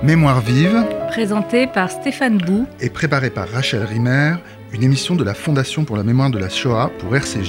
Mémoire vive, présenté par Stéphane Bou et préparé par Rachel Rimmer, une émission de la Fondation pour la mémoire de la Shoah pour RCJ.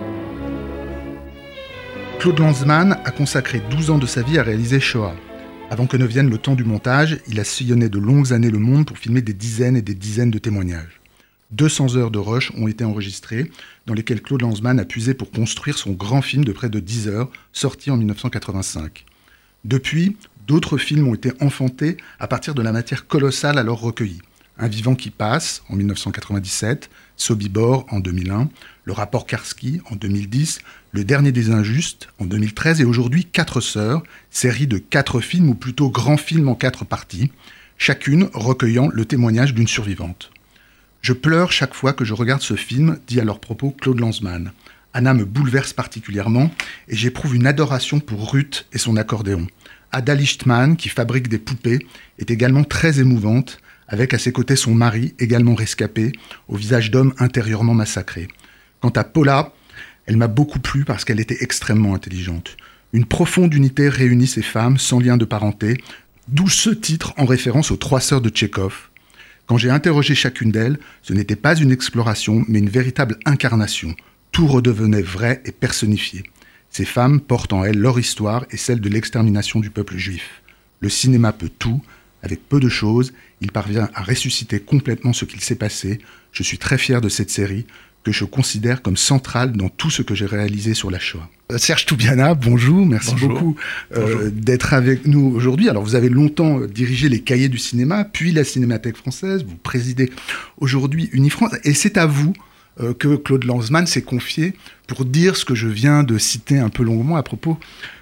Claude Lanzmann a consacré 12 ans de sa vie à réaliser Shoah. Avant que ne vienne le temps du montage, il a sillonné de longues années le monde pour filmer des dizaines et des dizaines de témoignages. 200 heures de rush ont été enregistrées, dans lesquelles Claude Lanzmann a puisé pour construire son grand film de près de 10 heures, sorti en 1985. Depuis, d'autres films ont été enfantés à partir de la matière colossale alors recueillie. Un vivant qui passe, en 1997, Sobibor, en 2001, le rapport Karski, en 2010, Le dernier des injustes, en 2013, et aujourd'hui 4 sœurs, série de 4 films, ou plutôt grands films en 4 parties, chacune recueillant le témoignage d'une survivante. Je pleure chaque fois que je regarde ce film, dit à leur propos Claude Lanzmann. Anna me bouleverse particulièrement, et j'éprouve une adoration pour Ruth et son accordéon. Ada Lichtman, qui fabrique des poupées, est également très émouvante, avec à ses côtés son mari, également rescapé, au visage d'homme intérieurement massacré. Quant à Paula, elle m'a beaucoup plu parce qu'elle était extrêmement intelligente. Une profonde unité réunit ces femmes sans lien de parenté, d'où ce titre en référence aux 3 sœurs de Tchekhov. Quand j'ai interrogé chacune d'elles, ce n'était pas une exploration, mais une véritable incarnation. Tout redevenait vrai et personnifié. Ces femmes portent en elles leur histoire et celle de l'extermination du peuple juif. Le cinéma peut tout. Avec peu de choses, il parvient à ressusciter complètement ce qu'il s'est passé. Je suis très fier de cette série, que je considère comme centrale dans tout ce que j'ai réalisé sur la Shoah. Serge Toubiana, bonjour, merci beaucoup d'être avec nous aujourd'hui. Alors vous avez longtemps dirigé les Cahiers du cinéma, puis la Cinémathèque française, vous présidez aujourd'hui Unifrance, et c'est à vous que Claude Lanzmann s'est confié pour dire ce que je viens de citer un peu longuement à propos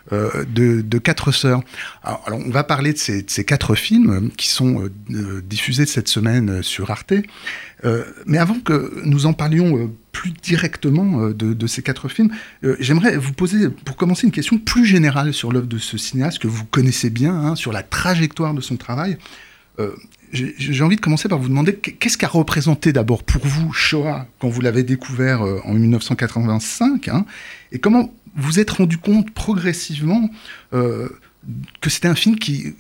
de 4 sœurs. Alors on va parler de ces 4 films qui sont diffusés cette semaine sur Arte. Mais avant que nous en parlions plus directement de ces 4 films, j'aimerais vous poser, pour commencer, une question plus générale sur l'œuvre de ce cinéaste que vous connaissez bien, sur la trajectoire de son travail. J'ai envie de commencer par vous demander qu'est-ce qu'a représenté d'abord pour vous Shoah quand vous l'avez découvert en 1985, et comment vous êtes rendu compte progressivement que c'était un film qui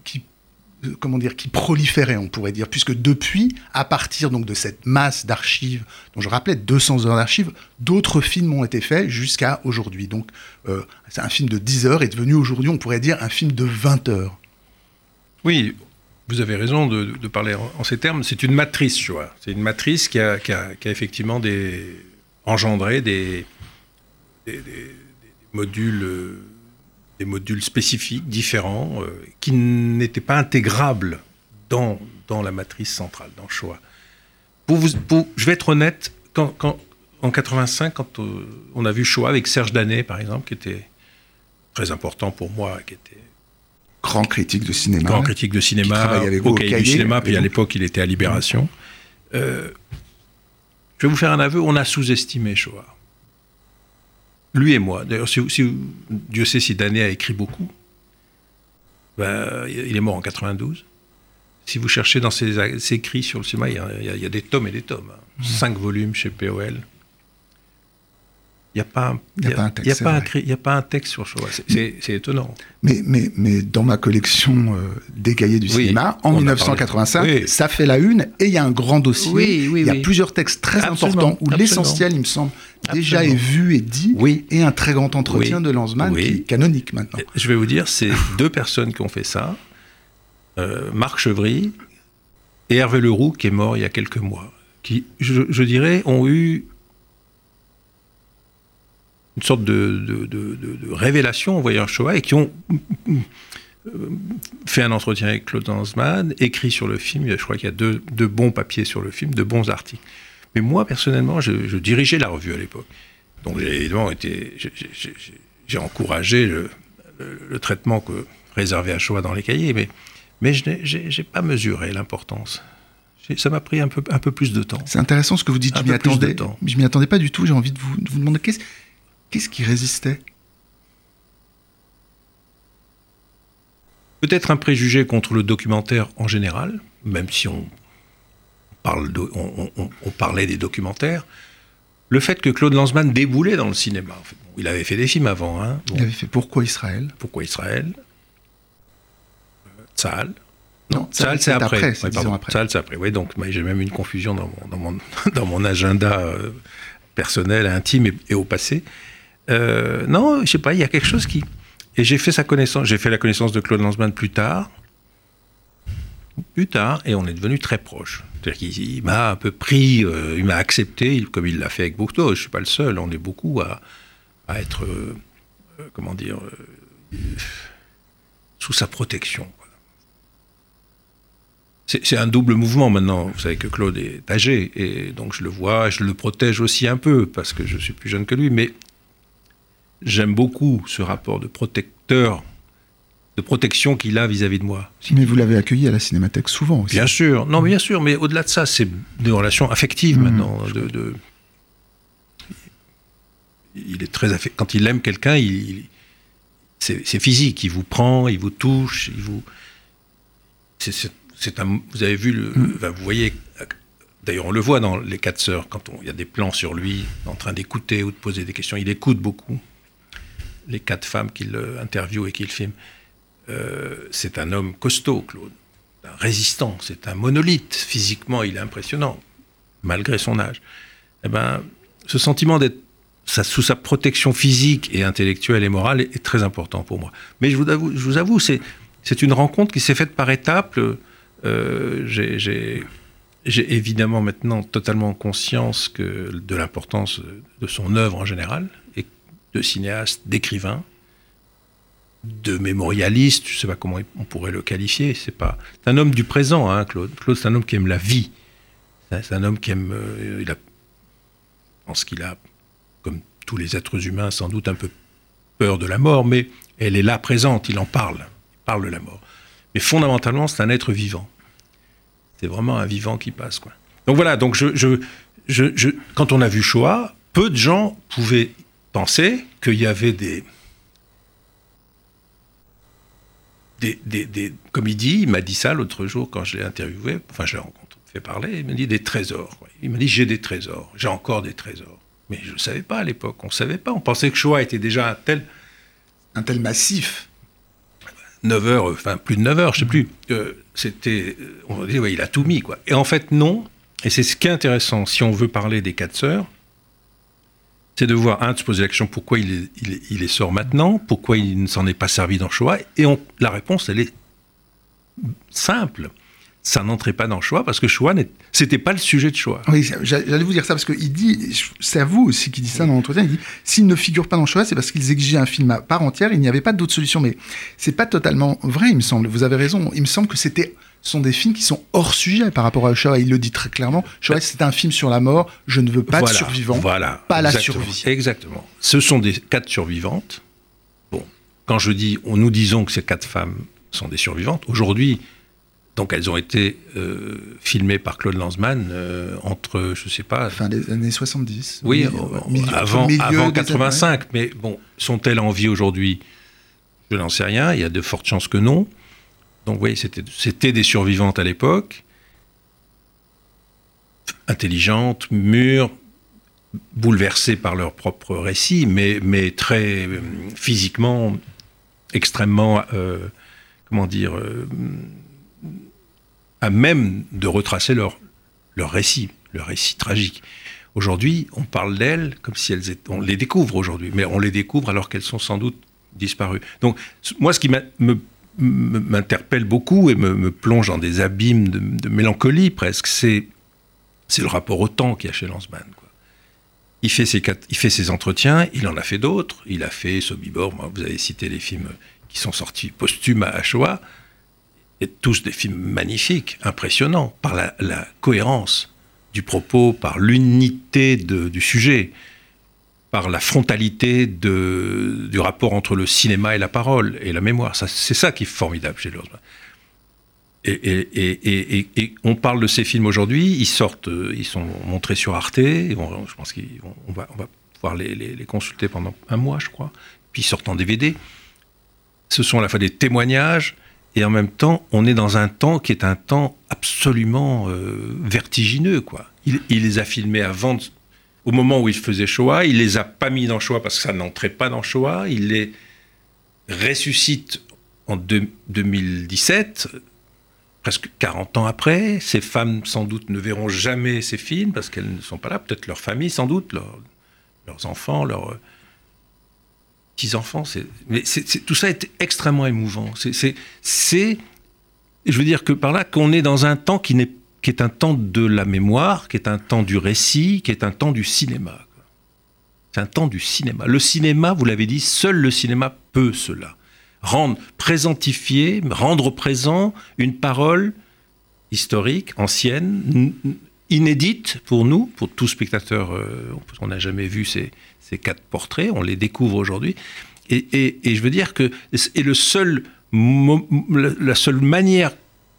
proliférait, on pourrait dire, puisque depuis, à partir donc de cette masse d'archives, dont je rappelais 200 heures d'archives, d'autres films ont été faits jusqu'à aujourd'hui. Donc c'est un film de 10 heures est devenu aujourd'hui, on pourrait dire, un film de 20 heures. Oui, vous avez raison de parler en ces termes. C'est une matrice, Shoah. C'est une matrice qui a effectivement engendré des modules spécifiques, différents, qui n'étaient pas intégrables dans la matrice centrale, dans Shoah. Je vais être honnête, en 85, quand on a vu Shoah avec Serge Danet, par exemple, qui était très important pour moi, qui était grand critique de cinéma. Grand critique de cinéma, qui travaille avec vous au Cahier du cinéma, puis à l'époque, il était à Libération. Je vais vous faire un aveu, on a sous-estimé Shoah. Lui et moi. D'ailleurs, Dieu sait si Danet a écrit beaucoup. Il est mort en 92. Si vous cherchez dans ses écrits sur le cinéma, il y a des tomes et des tomes. 5 volumes chez POL. Il n'y a pas un texte sur Shoah. C'est étonnant. Mais dans ma collection des Cahiers du cinéma, en 1985, ça fait la une, et il y a un grand dossier. Il y a plusieurs textes très importants où l'essentiel, il me semble, déjà est vu et dit, et un très grand entretien de Lanzmann qui est canonique maintenant. Je vais vous dire, c'est 2 personnes qui ont fait ça. Marc Chevry et Hervé Leroux, qui est mort il y a quelques mois, qui, je dirais, ont eu une sorte de révélation en voyant Shoah, et qui ont fait un entretien avec Claude Lanzmann, écrit sur le film. Je crois qu'il y a deux bons papiers sur le film, 2 bons articles. Mais moi, personnellement, je dirigeais la revue à l'époque. Donc j'ai évidemment j'ai encouragé le traitement réservé à Shoah dans les cahiers, mais je n'ai pas mesuré l'importance. Ça m'a pris un peu plus de temps. C'est intéressant ce que vous dites. Je m'y attendais pas du tout. J'ai envie de vous demander qu'est-ce qui résistait ? Peut-être un préjugé contre le documentaire en général, même si on parlait des documentaires. Le fait que Claude Lanzmann déboulait dans le cinéma. En fait. Il avait fait des films avant. Il avait fait Pourquoi Israël ? Pourquoi Israël ? Tzahal, Non, Tzahal, c'est après. C'est 10 ans après. Tzahal, c'est après. Oui, donc j'ai même une confusion dans mon agenda personnel, intime et au passé. Non, je sais pas, il y a quelque chose qui... Et j'ai fait la connaissance de Claude Lanzmann plus tard, et on est devenus très proches. C'est-à-dire qu'il m'a un peu pris, il m'a accepté, comme il l'a fait avec beaucoup d'autres. Je ne suis pas le seul, on est beaucoup à être, sous sa protection. C'est un double mouvement maintenant. Vous savez que Claude est âgé, et donc je le vois, je le protège aussi un peu, parce que je suis plus jeune que lui, mais j'aime beaucoup ce rapport de protection qu'il a vis-à-vis de moi. Mais vous l'avez accueilli à la Cinémathèque souvent aussi. Bien sûr, non, bien sûr, mais au-delà de ça, c'est des relations affectives maintenant. Il est très quand il aime quelqu'un, c'est physique. Il vous prend, il vous touche, vous avez vu vous voyez. D'ailleurs, on le voit dans Les Quatre Sœurs, quand il y a des plans sur lui en train d'écouter ou de poser des questions. Il écoute beaucoup les 4 femmes qu'il interviewe et qu'il filme. C'est un homme costaud, Claude, un résistant, c'est un monolithe. Physiquement, il est impressionnant, malgré son âge. Eh ben, ce sentiment d'être sous sa protection physique et intellectuelle et morale est très important pour moi. Mais je vous avoue, c'est une rencontre qui s'est faite par étapes. J'ai évidemment maintenant totalement conscience de l'importance de son œuvre en général, et de cinéaste, d'écrivain, de mémorialiste, je ne sais pas comment on pourrait le qualifier. C'est un homme du présent, hein, Claude. Claude, c'est un homme qui aime la vie. C'est un homme qui aime... je pense qu'il a, comme tous les êtres humains, sans doute un peu peur de la mort, mais elle est là présente, il en parle. Il parle de la mort. Mais fondamentalement, c'est un être vivant. C'est vraiment un vivant qui passe, quoi. Donc voilà, donc quand on a vu Shoah, peu de gens pouvaient penser qu'il y avait comme il m'a dit ça l'autre jour quand je l'ai interviewé, enfin je l'ai fait parler, il m'a dit des trésors. Quoi. Il m'a dit j'ai des trésors, j'ai encore des trésors. Mais je ne savais pas à l'époque, on ne savait pas, on pensait que Shoah était déjà un tel massif. 9 heures, enfin plus de 9 heures, je ne sais plus. On dit ouais, il a tout mis, quoi. Et en fait non, et c'est ce qui est intéressant si on veut parler des 4 sœurs, c'est de voir, de se poser la question pourquoi il les sort maintenant, pourquoi il ne s'en est pas servi dans Shoah, et la réponse, elle est simple. Ça n'entrait pas dans Shoah, parce que Shoah, c'était pas le sujet de Shoah. Oui, j'allais vous dire ça, parce qu'il dit, c'est à vous aussi qui dit ça dans l'entretien, il dit, s'ils ne figurent pas dans Shoah, c'est parce qu'ils exigeaient un film à part entière, il n'y avait pas d'autre solution. Mais c'est pas totalement vrai, il me semble, vous avez raison, il me semble que ce sont des films qui sont hors sujet par rapport à Shoah. Il le dit très clairement. Shoah, c'est un film sur la mort. Je ne veux pas de survivants. Voilà. Pas la survie. Exactement. Ce sont des 4 survivantes. Bon, quand nous disons que ces 4 femmes sont des survivantes, aujourd'hui, donc elles ont été filmées par Claude Lanzmann entre, je ne sais pas... Fin des années 70. Oui, avant 85. Mais bon, sont-elles en vie aujourd'hui ? Je n'en sais rien. Il y a de fortes chances que non. Donc, vous voyez, c'était des survivantes à l'époque, intelligentes, mûres, bouleversées par leur propre récit, mais très physiquement, extrêmement, à même de retracer leur récit tragique. Aujourd'hui, on parle d'elles comme si on les découvre aujourd'hui, mais on les découvre alors qu'elles sont sans doute disparues. Donc, moi, ce qui m'interpelle beaucoup et me plonge dans des abîmes de mélancolie presque, c'est le rapport au temps qu'il y a chez Lanzmann, quoi. Il fait ses entretiens, il en a fait d'autres, il a fait Sobibor, vous avez cité les films qui sont sortis posthumes à Shoah, et tous des films magnifiques, impressionnants, par la cohérence du propos, par l'unité du sujet, par la frontalité du rapport entre le cinéma et la parole, et la mémoire. C'est ça qui est formidable chez Lanzmann. Et on parle de ces films aujourd'hui, ils sont montrés sur Arte, je pense qu'on va pouvoir les consulter pendant un mois, je crois, puis ils sortent en DVD. Ce sont à la fois des témoignages, et en même temps, on est dans un temps qui est un temps absolument vertigineux, quoi. Il les a filmés au moment où il faisait Shoah, il les a pas mis dans Shoah parce que ça n'entrait pas dans Shoah, il les ressuscite en 2017, presque 40 ans après. Ces femmes, sans doute, ne verront jamais ces films parce qu'elles ne sont pas là. Peut-être leur famille, sans doute, leurs enfants, leurs petits-enfants. Mais tout ça est extrêmement émouvant. Je veux dire que par là, qu'on est dans un temps qui est un temps de la mémoire, qui est un temps du récit, qui est un temps du cinéma. C'est un temps du cinéma. Le cinéma, vous l'avez dit, seul le cinéma peut cela. Rendre présent une parole historique, ancienne, inédite pour nous, pour tout spectateur, parce qu'on n'a jamais vu ces 4 portraits, on les découvre aujourd'hui. Et je veux dire que la seule manière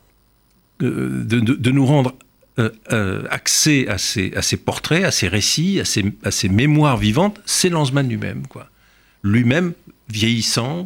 de nous rendre accès à ces portraits, à ces récits, à ces mémoires vivantes, c'est Lanzmann lui-même, quoi. Lui-même, vieillissant,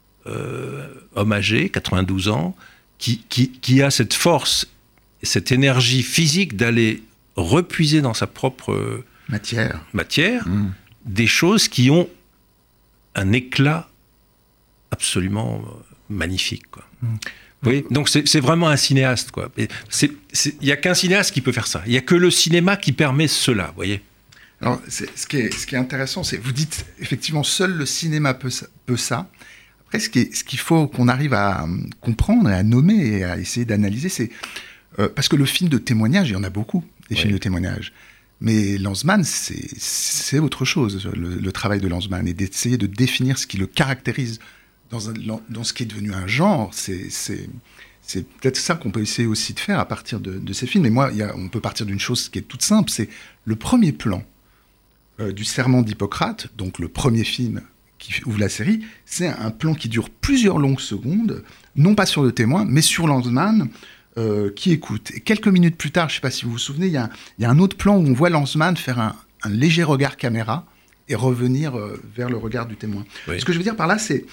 homme âgé, 92 ans, qui a cette force, cette énergie physique d'aller repuiser dans sa propre matière des choses qui ont un éclat absolument magnifique, quoi. Oui, donc c'est vraiment un cinéaste, quoi. Il n'y a qu'un cinéaste qui peut faire ça. Il n'y a que le cinéma qui permet cela, vous voyez. Alors, ce qui est intéressant, c'est vous dites effectivement seul le cinéma peut ça. Après, ce qu'il faut qu'on arrive à comprendre et à nommer et à essayer d'analyser, c'est parce que le film de témoignage, il y en a beaucoup, des films de témoignage. Mais Lanzmann, c'est autre chose, le travail de Lanzmann, et d'essayer de définir ce qui le caractérise dans ce qui est devenu un genre. C'est peut-être ça qu'on peut essayer aussi de faire à partir de ces films. Et moi, on peut partir d'une chose qui est toute simple, c'est le premier plan du Serment d'Hippocrate, donc le premier film qui ouvre la série, c'est un plan qui dure plusieurs longues secondes, non pas sur le témoin, mais sur Lanzmann, qui écoute. Et quelques minutes plus tard, je ne sais pas si vous vous souvenez, il y a un autre plan où on voit Lanzmann faire un léger regard caméra et revenir vers le regard du témoin. Oui. Ce que je veux dire par là, c'est...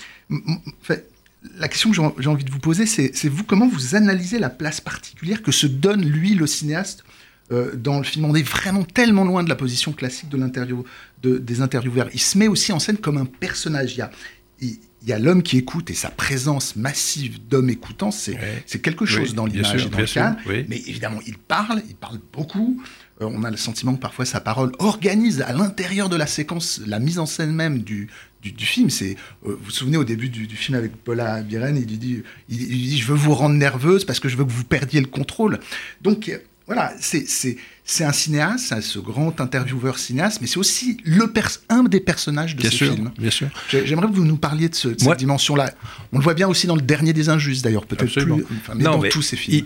la question que j'ai envie de vous poser, c'est vous, comment vous analysez la place particulière que se donne, lui, le cinéaste, dans le film. On est vraiment tellement loin de la position classique des intervieweurs. Il se met aussi en scène comme un personnage. Il y a l'homme qui écoute, et sa présence massive d'homme écoutant, c'est quelque chose dans l'image et dans le cadre. Oui. Mais évidemment, il parle beaucoup. On a le sentiment que parfois sa parole organise à l'intérieur de la séquence la mise en scène même du film. Vous vous souvenez au début du film avec Paula Biren, il lui dit je veux vous rendre nerveuse parce que je veux que vous perdiez le contrôle. Donc voilà, c'est un cinéaste, c'est ce grand intervieweur cinéaste, mais c'est aussi un des personnages de ces films. Bien sûr. J'aimerais que vous nous parliez de cette dimension-là. On le voit bien aussi dans Le Dernier des Injustes, d'ailleurs, peut-être plus, mais dans tous ces films.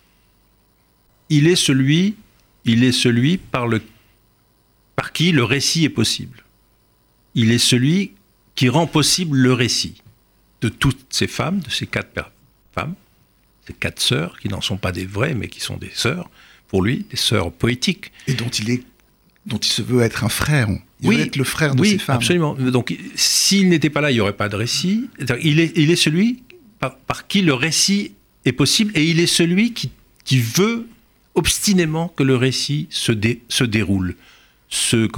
Il est celui par qui le récit est possible. Il est celui qui rend possible le récit de toutes ces femmes, de ces 4 femmes, ces 4 sœurs, qui n'en sont pas des vraies, mais qui sont des sœurs, pour lui, des sœurs poétiques. Et dont il se veut être un frère. Il veut être le frère de ces femmes. Oui, absolument. Donc, s'il n'était pas là, il n'y aurait pas de récit. Il est celui par qui le récit est possible, et il est celui qui veut obstinément que le récit se déroule, se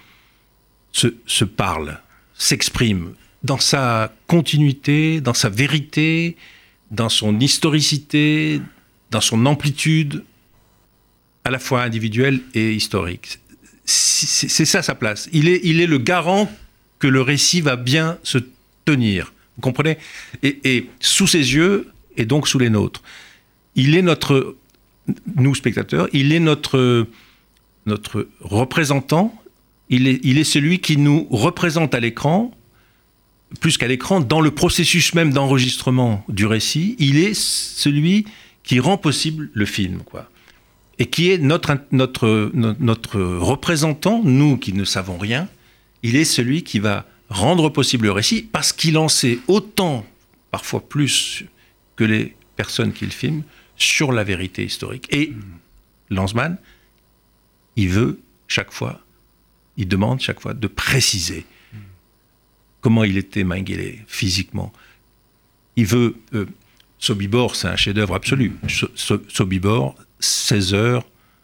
parle, s'exprime dans sa continuité, dans sa vérité, dans son historicité, dans son amplitude, à la fois individuelle et historique. C'est ça sa place. Il est le garant que le récit va bien se tenir. Vous comprenez ? Et sous ses yeux, et donc sous les nôtres. Il est nous spectateurs, il est notre représentant, il est celui qui nous représente à l'écran, plus qu'à l'écran, dans le processus même d'enregistrement du récit, il est celui qui rend possible le film, quoi. Et qui est notre représentant, nous qui ne savons rien, il est celui qui va rendre possible le récit, parce qu'il en sait autant, parfois plus, que les personnes qui le filment, sur la vérité historique. Et Lanzmann, il demande chaque fois de préciser comment il était Mengele physiquement. Il veut... Sobibor, c'est un chef-d'œuvre absolu. Sobibor, 16h,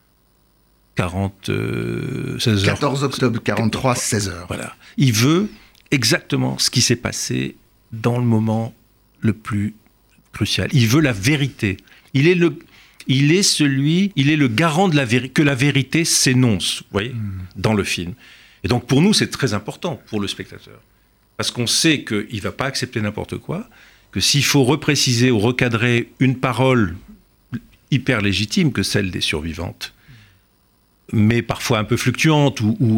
16h. 14 octobre 43, 16h. Voilà. Il veut exactement ce qui s'est passé dans le moment le plus crucial. Il veut la vérité. Il est le garant de que la vérité s'énonce, vous voyez, dans le film. Et donc pour nous, c'est très important pour le spectateur. Parce qu'on sait qu'il ne va pas accepter n'importe quoi, que s'il faut repréciser ou recadrer une parole hyper légitime que celle des survivantes, mais parfois un peu fluctuante ou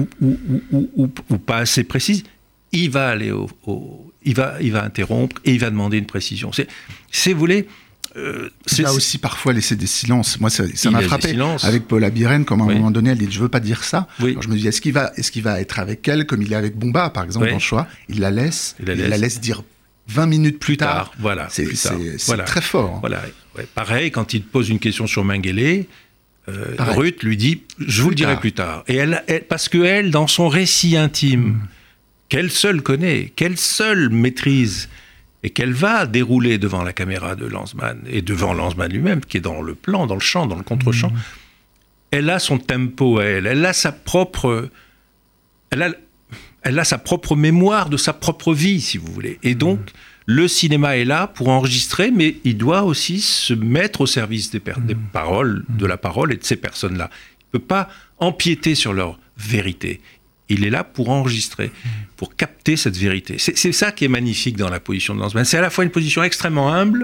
pas assez précise, il va aller il va interrompre et il va demander une précision. Vous voulez... il a aussi parfois laissé des silences. Moi, ça m'a frappé avec Paula Biren, comme à un moment donné, elle dit « je veux pas dire ça ». Alors je me dis, est-ce qu'il va être avec elle comme il est avec Bomba, par exemple, dans Shoah ? Il la laisse dire 20 minutes plus tard. Voilà, c'est très fort. Voilà. Ouais. Pareil, quand il pose une question sur Mengele, Ruth lui dit « je vous le dirai plus tard ». Et parce qu'elle, dans son récit intime, qu'elle seule connaît, qu'elle seule maîtrise, et qu'elle va dérouler devant la caméra de Lanzmann, et devant Lanzmann lui-même, qui est dans le plan, dans le chant, dans le contre-chant, elle a son tempo à elle a sa propre... Elle a sa propre mémoire de sa propre vie, si vous voulez. Et donc, le cinéma est là pour enregistrer, mais il doit aussi se mettre au service des paroles, de la parole et de ces personnes-là. Il ne peut pas empiéter sur leur vérité. Il est là pour enregistrer, pour capter cette vérité. C'est ça qui est magnifique dans la position de Lanzmann. C'est à la fois une position extrêmement humble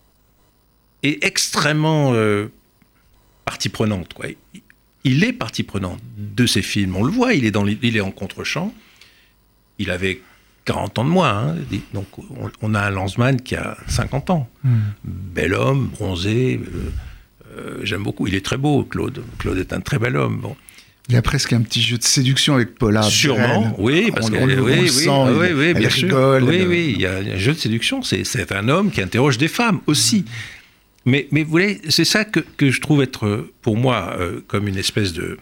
et extrêmement partie prenante, quoi. Il est partie prenante de ces films. On le voit, il est en contre-champ. Il avait 40 ans de moins. Donc on a un Lanzmann qui a 50 ans. Bel homme, bronzé. J'aime beaucoup. Il est très beau, Claude. Claude est un très bel homme. Bon. Il y a presque un petit jeu de séduction avec Paula. Sûrement, oui, parce qu'elle rigole. Oui, il y a un jeu de séduction. C'est un homme qui interroge des femmes aussi. Mais vous voyez, c'est ça que je trouve être, pour moi, comme une espèce de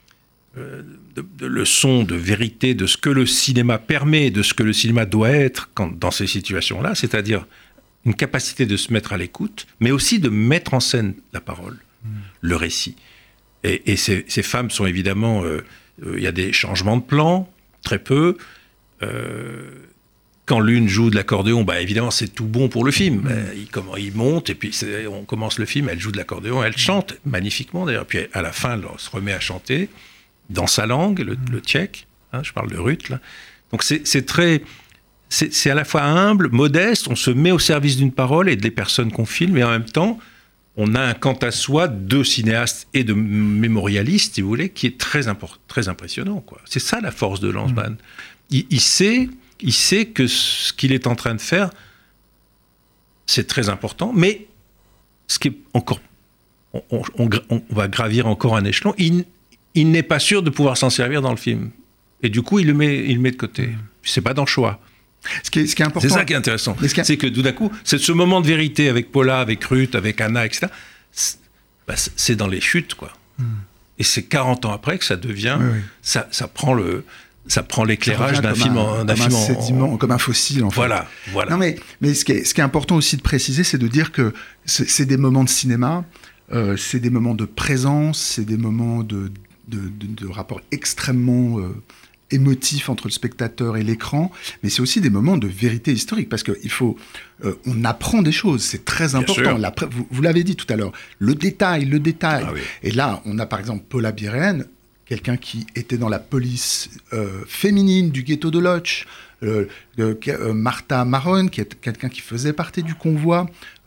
leçon de vérité de ce que le cinéma permet, de ce que le cinéma doit être dans ces situations-là, c'est-à-dire une capacité de se mettre à l'écoute, mais aussi de mettre en scène la parole, le récit. Et ces femmes sont évidemment... Il y a des changements de plan, très peu. Quand l'une joue de l'accordéon, évidemment, c'est tout bon pour le film. Il monte, et puis on commence le film, elle joue de l'accordéon, elle chante magnifiquement d'ailleurs. Puis à la fin, elle se remet à chanter dans sa langue, le tchèque. Je parle de Ruth, là. Donc c'est à la fois humble, modeste, on se met au service d'une parole et des personnes qu'on filme, et en même temps... On a un quant à soi de cinéaste et de mémorialiste, si vous voulez, qui est très impressionnant, quoi. C'est ça la force de Lanzmann. Il sait que ce qu'il est en train de faire, c'est très important, mais ce qui est encore... On va gravir encore un échelon. Il n'est pas sûr de pouvoir s'en servir dans le film. Et du coup, il le met de côté. C'est pas dans Shoah. Ce qui est important. C'est ça qui est intéressant. C'est que tout d'un coup, c'est ce moment de vérité avec Paula, avec Ruth, avec Anna, etc. C'est dans les chutes, quoi. Et c'est 40 ans après que ça devient... Ça prend l'éclairage d'un film comme un fossile, en fait. Voilà. Non, mais ce qui est important aussi de préciser, c'est de dire que c'est des moments de cinéma, c'est des moments de présence, c'est des moments de rapport extrêmement... émotif entre le spectateur et l'écran, mais c'est aussi des moments de vérité historique, parce qu'il faut... on apprend des choses, c'est très important. Vous l'avez dit tout à l'heure, le détail. Ah oui. Et là, on a par exemple Paula Biren, quelqu'un qui était dans la police féminine du ghetto de Łódź, Martha Maron, qui est quelqu'un qui faisait partie du convoi,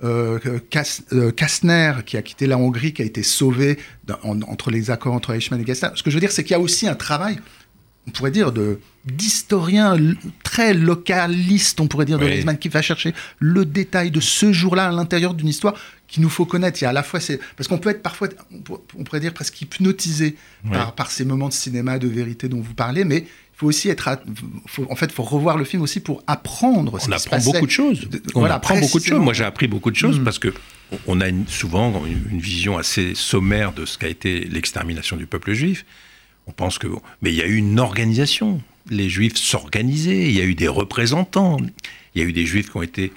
Kastner, qui a quitté la Hongrie, qui a été sauvé entre les accords entre Eichmann et Kastner. Ce que je veux dire, c'est qu'il y a aussi un travail, on pourrait dire, d'historien très localiste, on pourrait dire, de Lanzmann, qui va chercher le détail de ce jour-là à l'intérieur d'une histoire qu'il nous faut connaître. Il y a à la fois parce qu'on peut être parfois, on pourrait dire, presque hypnotisé par ces moments de cinéma, de vérité dont vous parlez, mais il faut aussi faut revoir le film aussi pour apprendre ce qui se passait. On apprend beaucoup de choses. Apprend beaucoup de choses. Moi, j'ai appris beaucoup de choses parce que on a souvent une vision assez sommaire de ce qu'a été l'extermination du peuple juif. On pense que... Mais il y a eu une organisation. Les Juifs s'organisaient. Il y a eu des représentants. Il y a eu des Juifs qui ont été...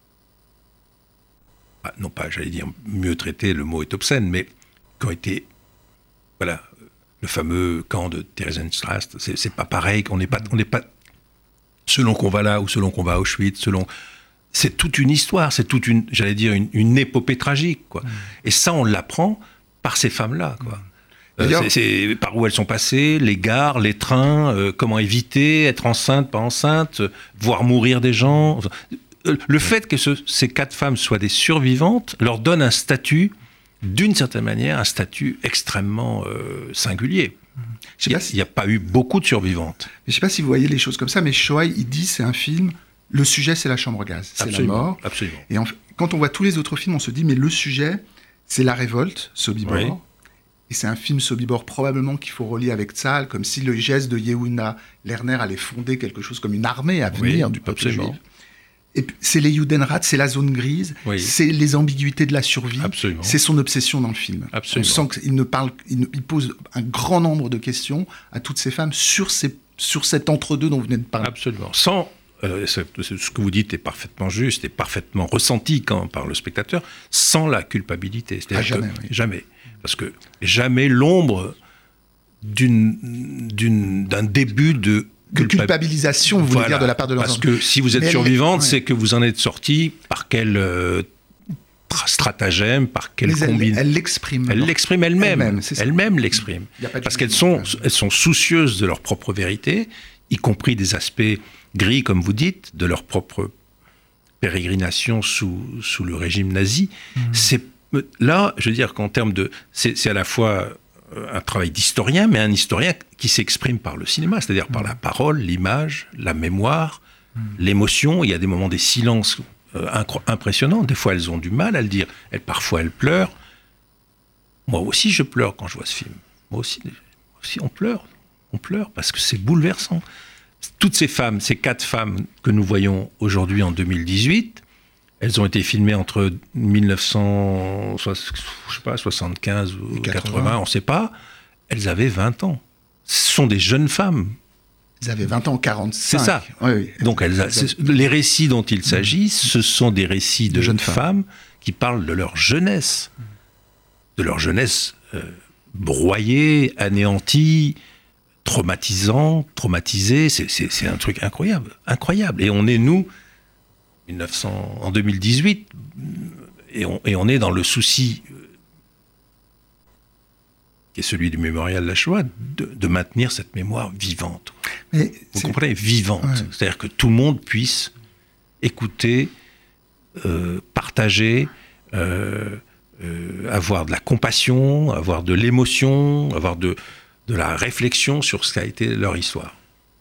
non pas, j'allais dire, mieux traités, le mot est obscène, mais qui ont été... Voilà, le fameux camp de Theresienstadt. C'est pas pareil. On n'est pas... Selon qu'on va là ou selon qu'on va à Auschwitz, selon... c'est toute une histoire, c'est toute une, j'allais dire, une épopée tragique, quoi. Et ça, on l'apprend par ces femmes-là, quoi. C'est par où elles sont passées, les gares, les trains, comment éviter, être enceinte, pas enceinte, voir mourir des gens. Le fait que ces 4 femmes soient des survivantes leur donne un statut, d'une certaine manière, un statut extrêmement singulier. Il n'y a pas eu beaucoup de survivantes. Je ne sais pas si vous voyez les choses comme ça, mais Shoah, il dit c'est un film, le sujet c'est la chambre à gaz, c'est la mort. Absolument. Et quand on voit tous les autres films, on se dit mais le sujet c'est la révolte, Sobibor. Oui. Et c'est un film Sobibor probablement qu'il faut relier avec Tzahal, comme si le geste de Yehouna Lerner allait fonder quelque chose comme une armée à venir du peuple juif. Et puis, c'est les Judenrat, c'est la zone grise, c'est les ambiguïtés de la survie, c'est son obsession dans le film. On sent qu'il il pose un grand nombre de questions à toutes ces femmes sur cet entre-deux dont vous venez de parler. Absolument. Ce que vous dites est parfaitement juste et parfaitement ressenti par le spectateur, sans la culpabilité. C'est-à-dire jamais. Parce que jamais l'ombre d'un début de culpabilisation, vous voulez dire, de la part de l'enfant. Parce que si vous êtes survivante, c'est que vous en êtes sortie par quel stratagème, par quelle combine. Elle l'exprime. Elle l'exprime elle-même. Elle-même l'exprime. Parce qu'elles sont soucieuses de leur propre vérité, y compris des aspects gris, comme vous dites, de leur propre pérégrination sous le régime nazi. Là, je veux dire qu'en termes de... C'est à la fois un travail d'historien, mais un historien qui s'exprime par le cinéma, c'est-à-dire par la parole, l'image, la mémoire, l'émotion. Il y a des moments, des silences impressionnants. Des fois, elles ont du mal à le dire. Parfois, elles pleurent. Moi aussi, je pleure quand je vois ce film. Moi aussi, on pleure. On pleure parce que c'est bouleversant. Toutes ces femmes, ces 4 femmes que nous voyons aujourd'hui en 2018... Elles ont été filmées entre 1975 ou 80, on ne sait pas. Elles avaient 20 ans. Ce sont des jeunes femmes. Elles avaient 20 ans, 45. C'est ça. Oui. Donc les récits dont il s'agit, ce sont des récits de jeunes femmes qui parlent de leur jeunesse. De leur jeunesse broyée, anéantie, traumatisée. C'est un truc incroyable. Incroyable. Et on est, nous... en 2018, et on est dans le souci qui est celui du mémorial de la Shoah, de maintenir cette mémoire vivante. Vous comprenez ? Vivante. Ouais. C'est-à-dire que tout le monde puisse écouter, partager, avoir de la compassion, avoir de l'émotion, avoir de la réflexion sur ce qu'a été leur histoire.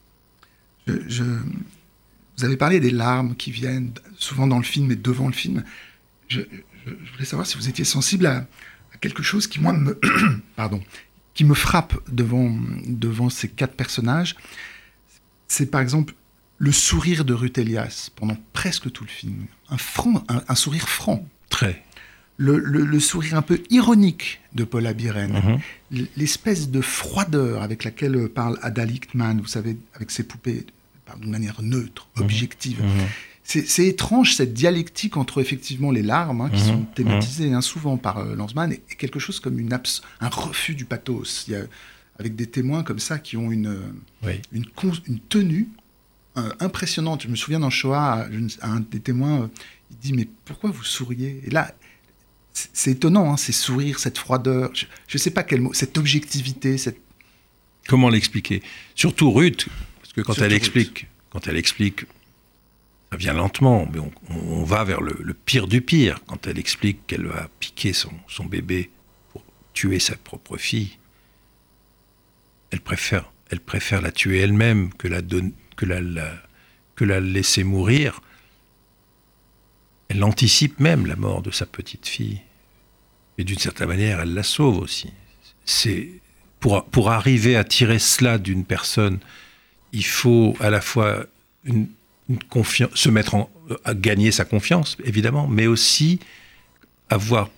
Vous avez parlé des larmes qui viennent souvent dans le film et devant le film. Je voulais savoir si vous étiez sensible à quelque chose qui, moi, qui me frappe devant ces 4 personnages. C'est par exemple le sourire de Ruth Elias pendant presque tout le film. Un sourire franc. Très. Le sourire un peu ironique de Paula Biren. L'espèce de froideur avec laquelle parle Ada Lichtman, vous savez, avec ses poupées... d'une manière neutre, objective. C'est étrange, cette dialectique entre effectivement les larmes, qui sont thématisées souvent par Lanzmann, et quelque chose comme un refus du pathos. Avec des témoins comme ça qui ont une tenue impressionnante. Je me souviens dans Shoah, un des témoins, il dit « Mais pourquoi vous souriez ?» Et là, c'est étonnant, ces sourires, cette froideur, je ne sais pas quel mot, cette objectivité. Comment l'expliquer ? Surtout Ruth. Parce que quand elle explique, ça vient lentement, mais on va vers le pire du pire. Quand elle explique qu'elle va piquer son bébé pour tuer sa propre fille, elle préfère la tuer elle-même que la laisser mourir. Elle anticipe même la mort de sa petite fille. Et d'une certaine manière, elle la sauve aussi. C'est pour arriver à tirer cela d'une personne... Il faut à la fois une confiance, se mettre à gagner sa confiance, évidemment, mais aussi avoir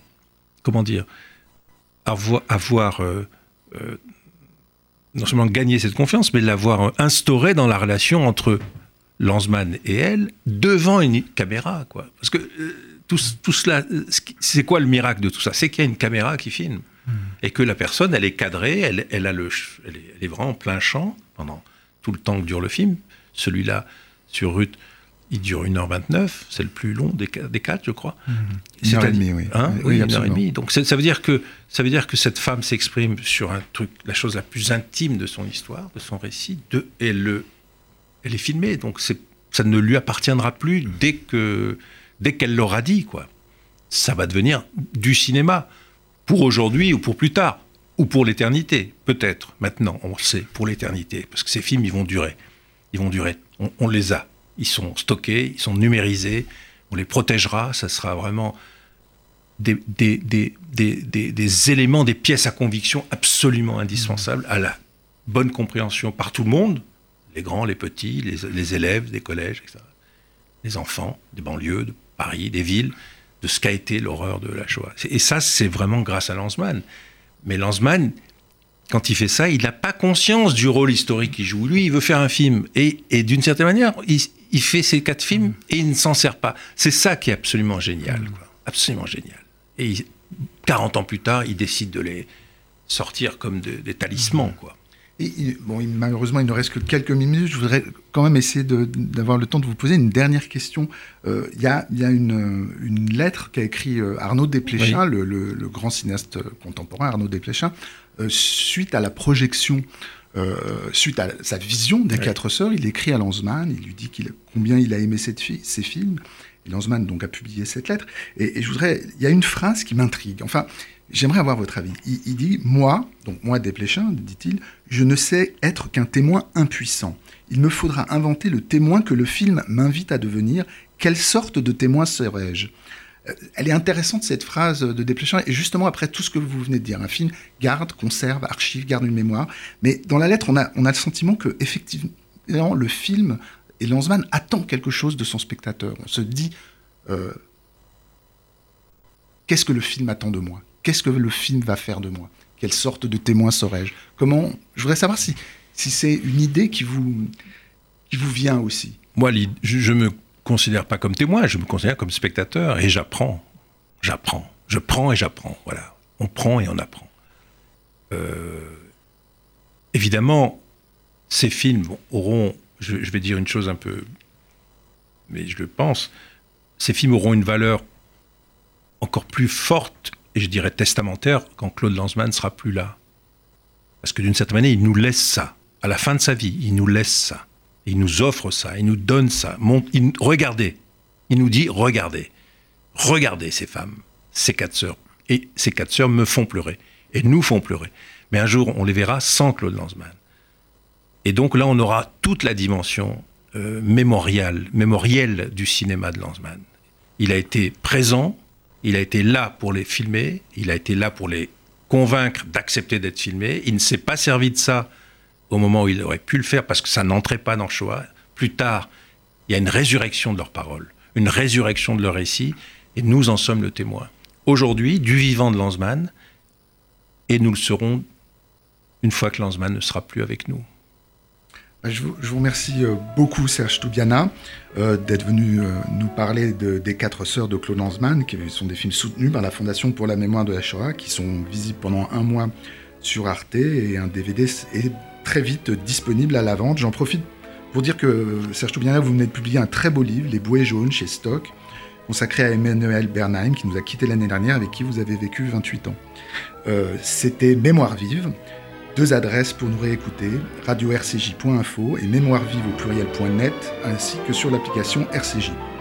non seulement gagner cette confiance, mais l'avoir instaurée dans la relation entre Lanzmann et elle, devant une caméra, quoi. Parce que tout cela, c'est quoi le miracle de tout ça ? C'est qu'il y a une caméra qui filme, et que la personne, elle est cadrée, elle est vraiment en plein champ pendant tout le temps que dure le film. Celui-là, sur Ruth, il dure 1h29, c'est le plus long des 4, je crois. 1h30, oui. Oui, 1h30. Donc ça veut dire que cette femme s'exprime sur un truc, la chose la plus intime de son histoire, de son récit, elle est filmée, donc ça ne lui appartiendra plus dès qu'elle l'aura dit, quoi. Ça va devenir du cinéma, pour aujourd'hui ou pour plus tard, ou pour l'éternité, peut-être. Maintenant, on le sait, pour l'éternité, parce que ces films, ils vont durer. On les a. Ils sont stockés, ils sont numérisés, on les protégera, ça sera vraiment des éléments, des pièces à conviction absolument indispensables à la bonne compréhension par tout le monde, les grands, les petits, les élèves des collèges, etc., les enfants des banlieues, de Paris, des villes, de ce qu'a été l'horreur de la Shoah. Et ça, c'est vraiment grâce à Lanzmann. Mais Lanzmann, quand il fait ça, il n'a pas conscience du rôle historique qu'il joue. Lui, il veut faire un film. Et d'une certaine manière, il fait ces 4 films et il ne s'en sert pas. C'est ça qui est absolument génial, quoi. Absolument génial. Et 40 ans plus tard, il décide de les sortir comme des talismans, quoi. Et malheureusement, il ne reste que quelques minutes. Je voudrais quand même essayer d'avoir le temps de vous poser une dernière question. Il y a une lettre qu'a écrit Arnaud Desplechin, oui. le grand cinéaste contemporain Arnaud Desplechin, suite à la projection, suite à sa vision des 4 sœurs. Il écrit à Lanzmann, il lui dit combien il a aimé ces films. Et Lanzmann donc a publié cette lettre. Et il y a une phrase qui m'intrigue. Enfin, j'aimerais avoir votre avis. Il dit « Moi, Desplechin, dit-il, je ne sais être qu'un témoin impuissant. Il me faudra inventer le témoin que le film m'invite à devenir. Quelle sorte de témoin serais-je » Elle est intéressante, cette phrase de Desplechin, et justement après tout ce que vous venez de dire. Un film garde, conserve, archive, garde une mémoire. Mais dans la lettre, on a le sentiment que effectivement, le film, et Lanzmann attend quelque chose de son spectateur. On se dit qu'est-ce que le film attend de moi ? Qu'est-ce que le film va faire de moi ? Quelle sorte de témoin serais-je ? Je voudrais savoir si c'est une idée qui vous vient aussi. Moi, je me considère pas comme témoin, je me considère comme spectateur et j'apprends. Je prends et j'apprends. Voilà. On prend et on apprend. Évidemment, ces films auront, je vais dire une chose un peu, mais je le pense, ces films auront une valeur encore plus forte et je dirais testamentaire quand Claude Lanzmann ne sera plus là. Parce que d'une certaine manière, il nous laisse ça. À la fin de sa vie, il nous laisse ça. Il nous offre ça, il nous donne ça. Regardez. Il nous dit, regardez ces femmes, ces 4 sœurs. Et ces 4 sœurs me font pleurer. Et nous font pleurer. Mais un jour, on les verra sans Claude Lanzmann. Et donc là, on aura toute la dimension mémorielle du cinéma de Lanzmann. Il a été présent, il a été là pour les filmer, il a été là pour les convaincre d'accepter d'être filmés. Il ne s'est pas servi de ça au moment où il aurait pu le faire parce que ça n'entrait pas dans Shoah. Plus tard, il y a une résurrection de leurs paroles, une résurrection de leur récit, et nous en sommes le témoin. Aujourd'hui, du vivant de Lanzmann, et nous le serons une fois que Lanzmann ne sera plus avec nous. Je vous remercie beaucoup, Serge Toubiana, d'être venu nous parler des 4 sœurs de Claude Lanzmann, qui sont des films soutenus par la Fondation pour la mémoire de la Shoah, qui sont visibles pendant 1 mois sur Arte, et un DVD est très vite disponible à la vente. J'en profite pour dire que, Serge Toubiana, vous venez de publier un très beau livre, Les Bouées jaunes, chez Stock, consacré à Emmanuel Bernheim, qui nous a quittés l'année dernière, avec qui vous avez vécu 28 ans. C'était Mémoire vive. 2 adresses pour nous réécouter, radio-rcj.info et mémoirevive au pluriel.net, ainsi que sur l'application RCJ.